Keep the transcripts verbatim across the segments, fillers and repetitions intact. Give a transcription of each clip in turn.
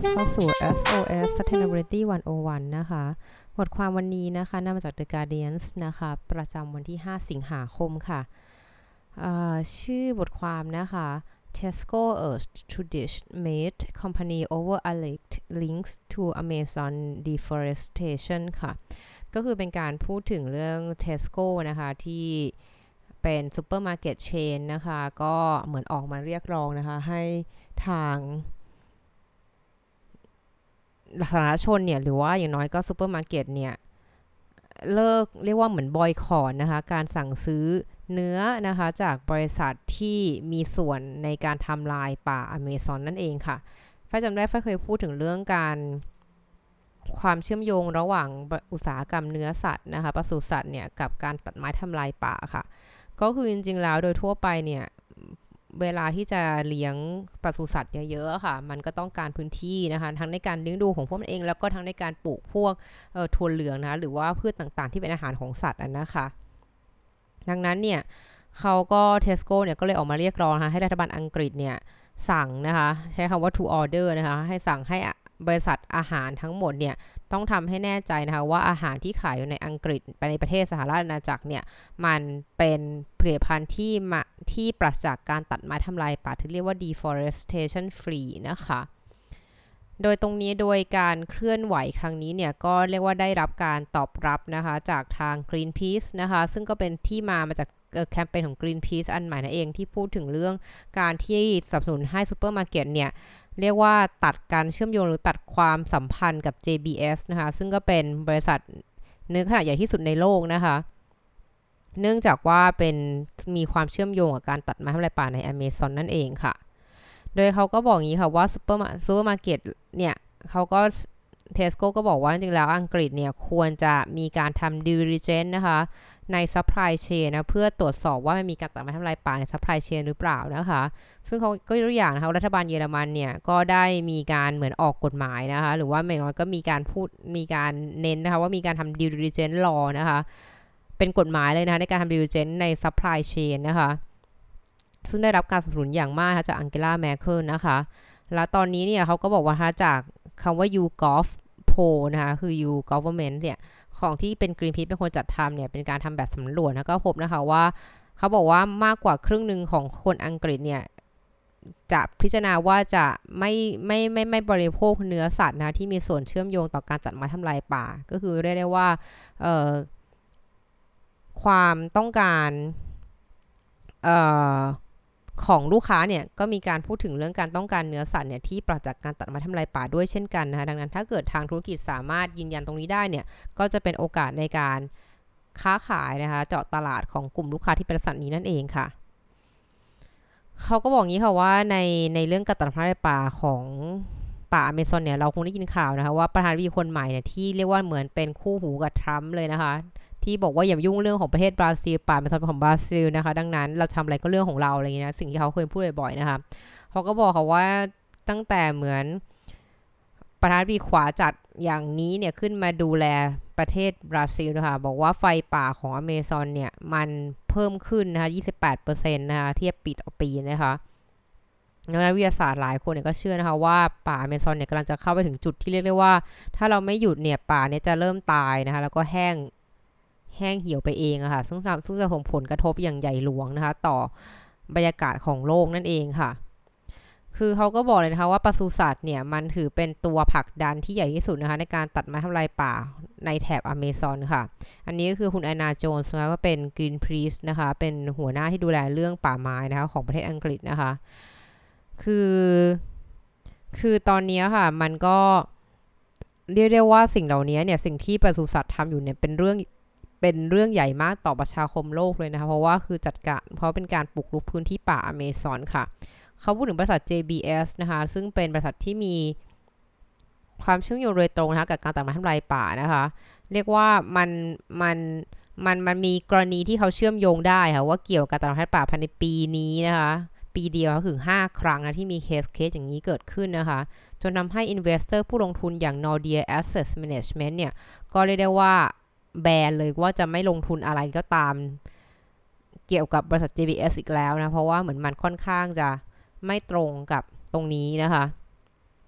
รับเข้าสู่ เอส โอ เอส Sustainability หนึ่งศูนย์หนึ่ง นะคะบทความวันนี้นะคะนำมาจาก The Guardian นะคะประจำวันที่ห้าสิงหาคมค่ะชื่อบทความนะคะ Tesco urged to ditch meat company over alleged links to Amazon deforestation ค่ะก็คือเป็นการพูดถึงเรื่อง Tesco นะคะที่เป็นซูเปอร์มาร์เก็ตเชนนะคะก็เหมือนออกมาเรียกร้องนะคะให้ทางสาธารณชนเนี่ยหรือว่าอย่างน้อยก็ซูเปอร์มาร์เก็ตเนี่ยเลิกเรียกว่าเหมือนบอยคอตนะคะการสั่งซื้อเนื้อนะคะจากบริษัทที่มีส่วนในการทำลายป่าอเมซอนนั่นเองค่ะฝ้ายจำได้ฝ้ายเคยพูดถึงเรื่องการความเชื่อมโยงระหว่างอุตสาหกรรมเนื้อสัตว์นะคะปศุสัตว์เนี่ยกับการตัดไม้ทำลายป่าค่ะก็คือจริงๆแล้วโดยทั่วไปเนี่ยเวลาที่จะเลี้ยงปศุสัตว์เยอะๆค่ะมันก็ต้องการพื้นที่นะคะทั้งในการเลี้ยงดูของพวกมันเองแล้วก็ทั้งในการปลูกพวกเอ่อถั่วเหลืองนะคะหรือว่าพืชต่างๆที่เป็นอาหารของสัตว์นะคะดังนั้นเนี่ยเขาก็เทสโก้เนี่ยก็เลยออกมาเรียกร้องนะคะให้รัฐบาลอังกฤษเนี่ยสั่งนะคะใช้คำว่า to order นะคะให้สั่งให้บริษัทอาหารทั้งหมดเนี่ยต้องทำให้แน่ใจนะคะว่าอาหารที่ขายอยู่ในอังกฤษไปในประเทศสหราชอาณาจักรเนี่ยมันเป็นผลิตภัณฑ์ที่มาที่ปราศจากการตัดไม้ทำลายป่าที่เรียกว่า deforestation free นะคะโดยตรงนี้โดยการเคลื่อนไหวครั้งนี้เนี่ยก็เรียกว่าได้รับการตอบรับนะคะจากทาง Greenpeace นะคะซึ่งก็เป็นที่มามาจากแคมเปญของ Greenpeace อันใหม่นั่นเองที่พูดถึงเรื่องการที่สนับสนุนให้ซูเปอร์มาร์เก็ตเนี่ยเรียกว่าตัดการเชื่อมโยงหรือตัดความสัมพันธ์กับ เจ บี เอส นะคะซึ่งก็เป็นบริษัทเนื้อขนาดใหญ่ที่สุดในโลกนะคะเนื่องจากว่าเป็นมีความเชื่อมโยงกับการตัดไม้ทำลายป่าในอเมซอนนั่นเองค่ะโดยเขาก็บอกอย่างนี้ค่ะว่าซูเปอร์ซูเปอร์มาร์เก็ตเนี่ยเขาก็เทสโก้ก็บอกว่าจริงๆแล้วอังกฤษเนี่ยควรจะมีการทำ due diligence นะคะใน supply chain นะเพื่อตรวจสอบว่ามันมีการตัดไม้ทำลายป่าใน supply chain หรือเปล่านะคะซึ่งเขาก็ยกตัวอย่างนะคะรัฐบาลเยอรมันเนี่ยก็ได้มีการเหมือนออกกฎหมายนะคะหรือว่าไม่น้อยก็มีการพูดมีการเน้นนะคะว่ามีการทำ due diligence law นะคะเป็นกฎหมายเลยนะคะในการทำ due diligence ใน supply chain นะคะซึ่งได้รับการสนับสนุนอย่างมากจากอังเกลาแมเคิลนะคะแล้วตอนนี้เนี่ยเขาก็บอกว่าจากคำว่า YouGov Poll นะคะคือ You Government เนี่ยของที่เป็น Greenpeace เป็นคนจัดทำเนี่ยเป็นการทำแบบสำรวจแล้วก็พบนะคะว่าเขาบอกว่ามากกว่าครึ่งหนึ่งของคนอังกฤษเนี่ยจะพิจารณาว่าจะไม่ไม่ไม่ไม่บริโภคเนื้อสัตว์นะที่มีส่วนเชื่อมโยงต่อการตัดไม้ทำลายป่าก็คือเรียกได้ว่าเอ่อความต้องการเอ่อของลูกค้าเนี่ยก็มีการพูดถึงเรื่องการต้องการเนื้อสัตว์เนี่ยที่ปราศจากการตัดไม้ทำลายป่าด้วยเช่นกันนะคะดังนั้นถ้าเกิดทางธุรกิจสามารถยืนยันตรงนี้ได้เนี่ยก็จะเป็นโอกาสในการค้าขายนะคะเจาะตลาดของกลุ่มลูกค้าที่เป็นสัตว์นี้นั่นเองค่ะเขาก็บอกงี้ค่ะว่าในในเรื่องการตัดไม้ทำลายป่าของป่าอเมซอนเนี่ยเราคงได้ยินข่าวนะคะว่าประธานาธิบดีคนใหม่เนี่ยที่เรียกว่าเหมือนเป็นคู่หูกับทรัมป์เลยนะคะที่บอกว่าอย่ายุ่งเรื่องของประเทศบราซิลป่าเป็นส่วนของบราซิลนะคะดังนั้นเราทำอะไรก็เรื่องของเราอะไรอย่างนี้นะสิ่งที่เขาเคยพูดบ่อยๆนะคะเขาก็บอกเขาว่าตั้งแต่เหมือนประธานาธิบดีขวาจัดอย่างนี้เนี่ยขึ้นมาดูแลประเทศบราซิลนะคะบอกว่าไฟป่าของอเมซอนเนี่ยมันเพิ่มขึ้นนะคะ ยี่สิบแปดเปอร์เซ็นต์ นะคะเทียบปีต่อปีนะคะนักวิทยาศาสตร์หลายคนเนี่ยก็เชื่อนะคะว่าป่าอเมซอนเนี่ยกำลังจะเข้าไปถึงจุดที่เรียกได้ว่าถ้าเราไม่หยุดเนี่ยป่าเนี่ยจะเริ่มตายนะคะแล้วก็แห้งแห้งเหี่ยวไปเองอะค่ะซึ่งซึ่งจะส่งผลกระทบอย่างใหญ่หลวงนะคะต่อบรรยากาศของโลกนั่นเองค่ะคือเขาก็บอกเลยนะคะว่าปศุสัตว์เนี่ยมันถือเป็นตัวผลักดันที่ใหญ่ที่สุดนะคะในการตัดไม้ทำลายป่าในแถบอเมซอนค่ะอันนี้ก็คือคุณแอนนาโจนส์นะคะก็เป็น Greenpeace นะคะเป็นหัวหน้าที่ดูแลเรื่องป่าไม้นะคะของประเทศอังกฤษนะคะคือคือตอนนี้ค่ะมันก็เรียกได้ว่าสิ่งเหล่านี้เนี่ยสิ่งที่ปศุสัตว์ทำอยู่เนี่ยเป็นเรื่องเป็นเรื่องใหญ่มากต่อประชาคมโลกเลยนะคะเพราะว่าคือจัดการเพราะเป็นการปลุกรุกพื้นที่ป่าอเมซอนค่ะเขาพูดถึงบริษัท เจ บี เอส นะคะซึ่งเป็นบริษัทที่มีความเชื่อมโยงโดยตรงนะคะกับการตัดไม้ทำลายป่านะคะเรียกว่ามันมันมันมันมีกรณีที่เขาเชื่อมโยงได้ค่ะว่าเกี่ยวกับตัดไม้ทำลายป่าภายในปีนี้นะคะปีเดียวถึงห้าครั้งนะที่มีเคสเคสอย่างนี้เกิดขึ้นนะคะจนทำให้ investor ผู้ลงทุนอย่าง Nordea Asset Management เนี่ยก็เรียกได้ว่าแบนเลยว่าจะไม่ลงทุนอะไรก็ตามเกี่ยวกับบริษัท เจ บี เอส อีกแล้วนะเพราะว่าเหมือนมันค่อนข้างจะไม่ตรงกับตรงนี้นะคะ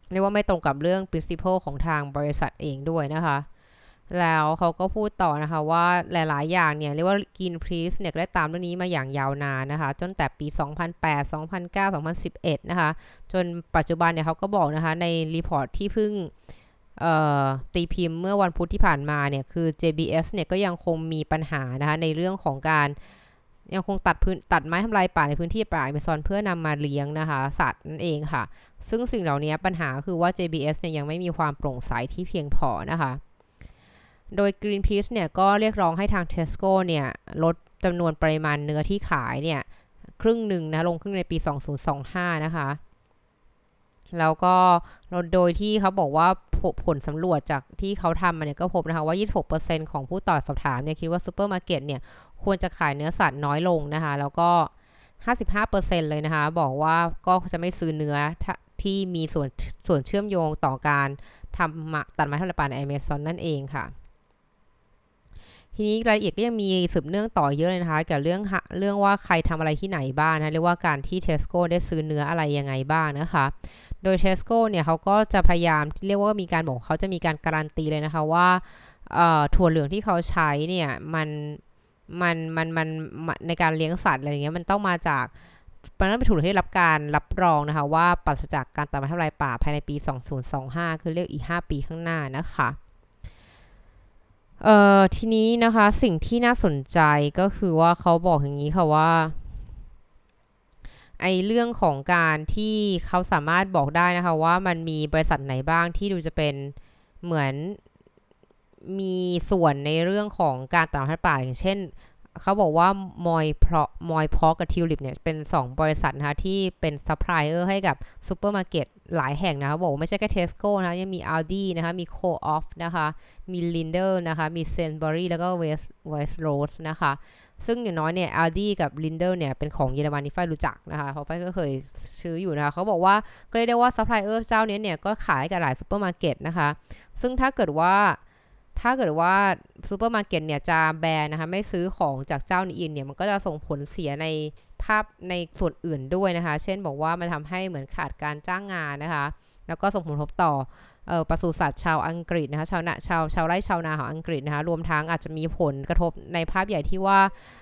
เรียกว่าไม่ตรงกับเรื่อง principle ของทางบริษัทเองด้วยนะคะแล้วเขาก็พูดต่อนะคะว่าหลายๆอย่างเนี่ยเรียกว่า Greenpeace เนี่ยได้ตามเรื่องนี้มาอย่างยาวนานนะคะจนแต่ปีสองพันแปด สองพันเก้า สองพันสิบเอ็ดนะคะจนปัจจุบันเนี่ยเขาก็บอกนะคะในรีพอร์ตที่เพิ่งตีพิมพ์เมื่อวันพุธที่ผ่านมาเนี่ยคือ เจ บี เอส เนี่ยก็ยังคงมีปัญหานะคะในเรื่องของการยังคงตัดพื้นตัดไม้ทำลายป่าในพื้นที่ป่า Amazon เพื่อนำมาเลี้ยงนะคะสัตว์นั่นเองค่ะซึ่งสิ่งเหล่านี้ปัญหาคือว่า เจ บี เอส เนี่ยยังไม่มีความโปร่งใสที่เพียงพอนะคะโดย Greenpeace เนี่ยก็เรียกร้องให้ทาง Tesco เนี่ยลดจำนวนปริมาณเนื้อที่ขายเนี่ยครึ่งหนึ่งนะลงครึ่งในปีสองพันยี่สิบห้านะคะแล้วก็โดยที่เขาบอกว่าผลสำรวจจากที่เขาทำมาเนี่ยก็พบนะคะว่า ยี่สิบหกเปอร์เซ็นต์ ของผู้ตอบสอบถามเนี่ยคิดว่าซูเปอร์มาร์เก็ตเนี่ยควรจะขายเนื้อสัตว์น้อยลงนะคะแล้วก็ ห้าสิบห้าเปอร์เซ็นต์ เลยนะคะบอกว่าก็จะไม่ซื้อเนื้อที่มีส่วนส่วนเชื่อมโยงต่อการทำตัดไม้ทำลายป่าใน Amazon นั่นเองค่ะทีนี้รายละเอียดก็ยังมีสืบเนื่องต่อเยอะเลยนะคะเกี่ยวกับเรื่องเรื่องว่าใครทำอะไรที่ไหนบ้างนะเรียกว่าการที่ Tesco ได้ซื้อเนื้ออะไรยังไงบ้างนะคะโดย Tesco เนี่ยเขาก็จะพยายามเรียกว่ามีการบอกเขาจะมีการการันตีเลยนะคะว่าถั่วเหลืองที่เขาใช้เนี่ยมันมันมันมันในการเลี้ยงสัตว์อะไรอย่างเงี้ยมันต้องมาจากมันต้องเป็นถั่วเหลืองที่รับการรับรองนะคะว่าปราศจากการตัดไม้ทำลายป่าภายในปีสองพันยี่สิบห้าคือเรียกอีกห้าปีข้างหน้านะคะเอ่อทีนี้นะคะสิ่งที่น่าสนใจก็คือว่าเขาบอกอย่างนี้ค่ะว่าไอเรื่องของการที่เขาสามารถบอกได้นะคะว่ามันมีบริษัทไหนบ้างที่ดูจะเป็นเหมือนมีส่วนในเรื่องของการตัดไม้ป่าอย่างเช่นเขาบอกว่ามอยพอมอยพอกับทิวลิปเนี่ยเป็นสองบริษัทนะคะที่เป็นซัพพลายเออร์ให้กับซูเปอร์มาร์เก็ตหลายแห่งนะคะบอกไม่ใช่แค่ Tesco นะคะยังมี Aldi นะคะมี Co-op นะคะมี Lidl นะคะมี Sainsbury แล้วก็ West Waitrose นะคะซึ่งอย่างน้อยเนี่ย Aldi กับ Lidl เนี่ยเป็นของเยอรมันที่ฝ้ายรู้จักนะคะเพราะฝ้ายก็เคยซื้ออยู่นะคะเขาบอกว่าก็เรียกได้ว่าซัพพลายเออร์เจ้านี้เนี่ยก็ขายกับหลายซูเปอร์มาร์เก็ตนะคะซึ่งถ้าเกิดว่าถ้าเกิดว่าซูเปอร์มาร์เก็ตเนี่ยจะแบนนะคะไม่ซื้อของจากเจ้านี้อื่นเนี่ยมันก็จะส่งผลเสียในภาพในส่วนอื่นด้วยนะคะเช่นบอกว่ามันทำให้เหมือนขาดการจ้างงานนะคะแล้วก็ส่งผลกระทบต่อเอ่อปศุสัตว์ชาวอังกฤษนะคะชาวนาชาวชาวไร่ชาวนาของอังกฤษนะคะรวมทั้งอาจจะมีผลกระทบในภาพใหญ่ที่ว่า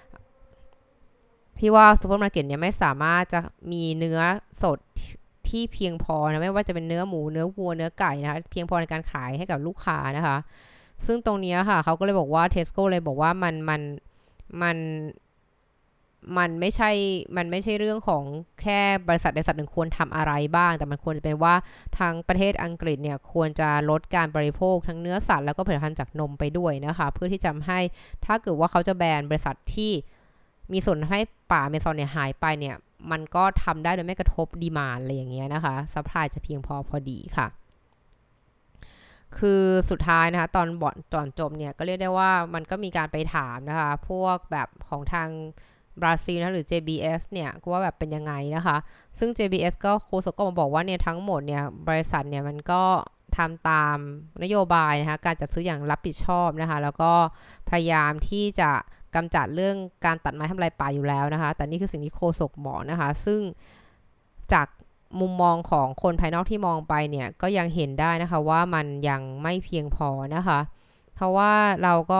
ที่ว่าซูเปอร์มาร์เก็ตเนี่ยไม่สามารถจะมีเนื้อสดที่เพียงพอนะไม่ว่าจะเป็นเนื้อหมูเนื้อวัวเนื้อไก่นะคะเพียงพอในการขายให้กับลูกค้านะคะซึ่งตรงนี้ค่ะเขาก็เลยบอกว่า Tesco เลยบอกว่ามันมันมันมันไม่ใช่มันไม่ใช่เรื่องของแค่บริษัทใดบริษัทหนึ่งควรทำอะไรบ้างแต่มันควรจะเป็นว่าทางประเทศอังกฤษเนี่ยควรจะลดการบริโภคทั้งเนื้อสัตว์แล้วก็ผลิตภัณฑ์จากนมไปด้วยนะคะเพื่อที่จะให้ถ้าเกิดว่าเขาจะแบนบริษัทที่มีส่วนให้ป่าอเมซอนเนี่ยหายไปเนี่ยมันก็ทำได้โดยไม่กระทบดีมานด์อะไรอย่างเงี้ยนะคะซัพพลายจะเพียงพอพอดีค่ะคือสุดท้ายนะคะตอนบอดตอนจบเนี่ยก็เรียกได้ว่ามันก็มีการไปถามนะคะพวกแบบของทางบราซิลนะหรือ เจ บี เอส เนี่ยก็ว่าแบบเป็นยังไงนะคะซึ่ง เจ บี เอส ก็โฆษกก็มาบอกว่าเนี่ยทั้งหมดเนี่ยบริษัทเนี่ยมันก็ทำตามนโยบายนะคะการจัดซื้ออย่างรับผิดชอบนะคะแล้วก็พยายามที่จะกำจัดเรื่องการตัดไม้ทำลายป่าอยู่แล้วนะคะแต่นี่คือสิ่งที่โฆษกบอกนะคะซึ่งจากมุมมองของคนภายนอกที่มองไปเนี่ยก็ยังเห็นได้นะคะว่ามันยังไม่เพียงพอนะคะเพราะว่าเราก็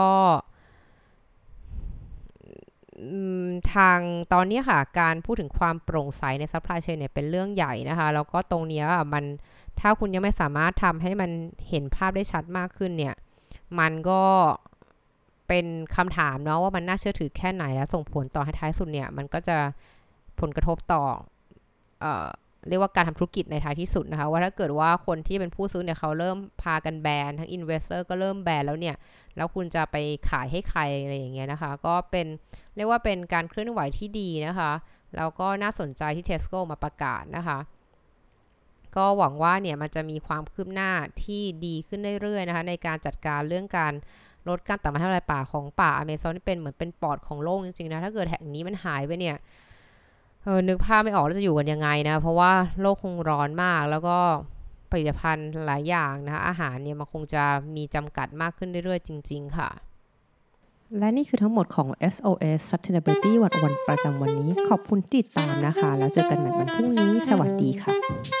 ทางตอนนี้ค่ะการพูดถึงความโปร่งใสในซัพพลายเชนเนี่ยเป็นเรื่องใหญ่นะคะแล้วก็ตรงนี้มันถ้าคุณยังไม่สามารถทำให้มันเห็นภาพได้ชัดมากขึ้นเนี่ยมันก็เป็นคำถามเนาะว่ามันน่าเชื่อถือแค่ไหนและส่งผลต่อให้ท้ายสุดเนี่ยมันก็จะผลกระทบต่อเอ่อเรียกว่าการทำธุรกิจในท้ายที่สุดนะคะว่าถ้าเกิดว่าคนที่เป็นผู้ซื้อเนี่ยเขาเริ่มพากันแบนทั้ง investor ก็เริ่มแบนแล้วเนี่ยแล้วคุณจะไปขายให้ใครอะไรอย่างเงี้ยนะคะก็เป็นเรียกว่าเป็นการเคลื่อนไหวที่ดีนะคะแล้วก็น่าสนใจที่ Tesco มาประกาศนะคะก็หวังว่าเนี่ยมันจะมีความคืบหน้าที่ดีขึ้นเรื่อยๆนะคะในการจัดการเรื่องการลดการตัดไม้ทำลายป่าของป่าอเมซอนที่เป็นเหมือนเป็นปอดของโลกจริงๆนะถ้าเกิดแห่งนี้มันหายไปเนี่ยเออนึกภาพไม่ออกแล้วจะอยู่กันยังไงนะเพราะว่าโลกคงร้อนมากแล้วก็ผลิตภัณฑ์หลายอย่างนะคะอาหารเนี่ยมันคงจะมีจำกัดมากขึ้นเรื่อยๆจริงๆค่ะและนี่คือทั้งหมดของ เอส โอ เอส Sustainability วันวันประจำวันนี้ขอบคุณที่ติดตามนะคะแล้วเจอกันใหม่วันพรุ่งนี้สวัสดีค่ะ